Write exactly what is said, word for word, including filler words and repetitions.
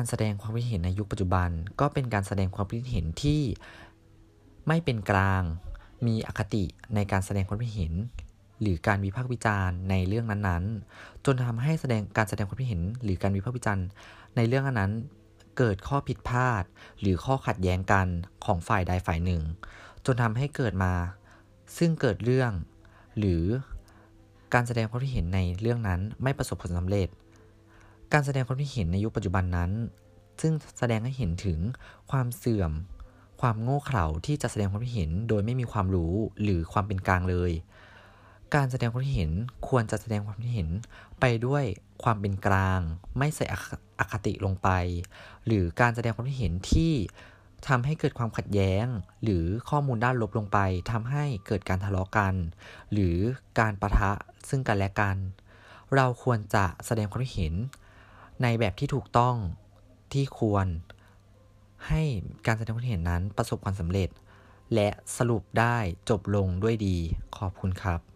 แสดงความคิดเห็นในยุคปัจจุบันก็เป็นการแสดงความคิดเห็นที่ไม่เป็นกลางมีอคติในการแสดงความคิดเห็นหรือการวิพากษ์วิจารณ์ในเรื่องนั้นๆจนทำให้แสดงการแสดงความคิดเห็นหรือการวิพากษ์วิจารณ์ในเรื่องนั้นๆเกิดข้อผิดพลาดหรือข้อขัดแย้งกันของฝ่ายใดฝ่ายหนึ่งจนทำให้เกิดมาซึ่งเกิดเรื่องหรือการแสดงความคิดเห็นในเรื่องนั้นไม่ประสบผลสำเร็จการแสดงความคิดเห็นในยุคปัจจุบันนั้นซึ่งแสดงให้เห็นถึงความเสื่อมความโง่เขลาที่จะแสดงความคิดเห็นโดยไม่มีความรู้หรือความเป็นกลางเลยการแสดงความคิดเห็นควรจะแสดงความคิดเห็นไปด้วยความเป็นกลางไม่ใส่อคติลงไปหรือการแสดงความคิดเห็นที่ทำให้เกิดความขัดแย้งหรือข้อมูลด้านลบลงไปทำให้เกิดการทะเลาะกันหรือการปะทะซึ่งกันและกันเราควรจะแสดงความคิดเห็นในแบบที่ถูกต้องที่ควรให้การแสดงความคิดเห็นนั้นประสบความสำเร็จและสรุปได้จบลงด้วยดีขอบคุณครับ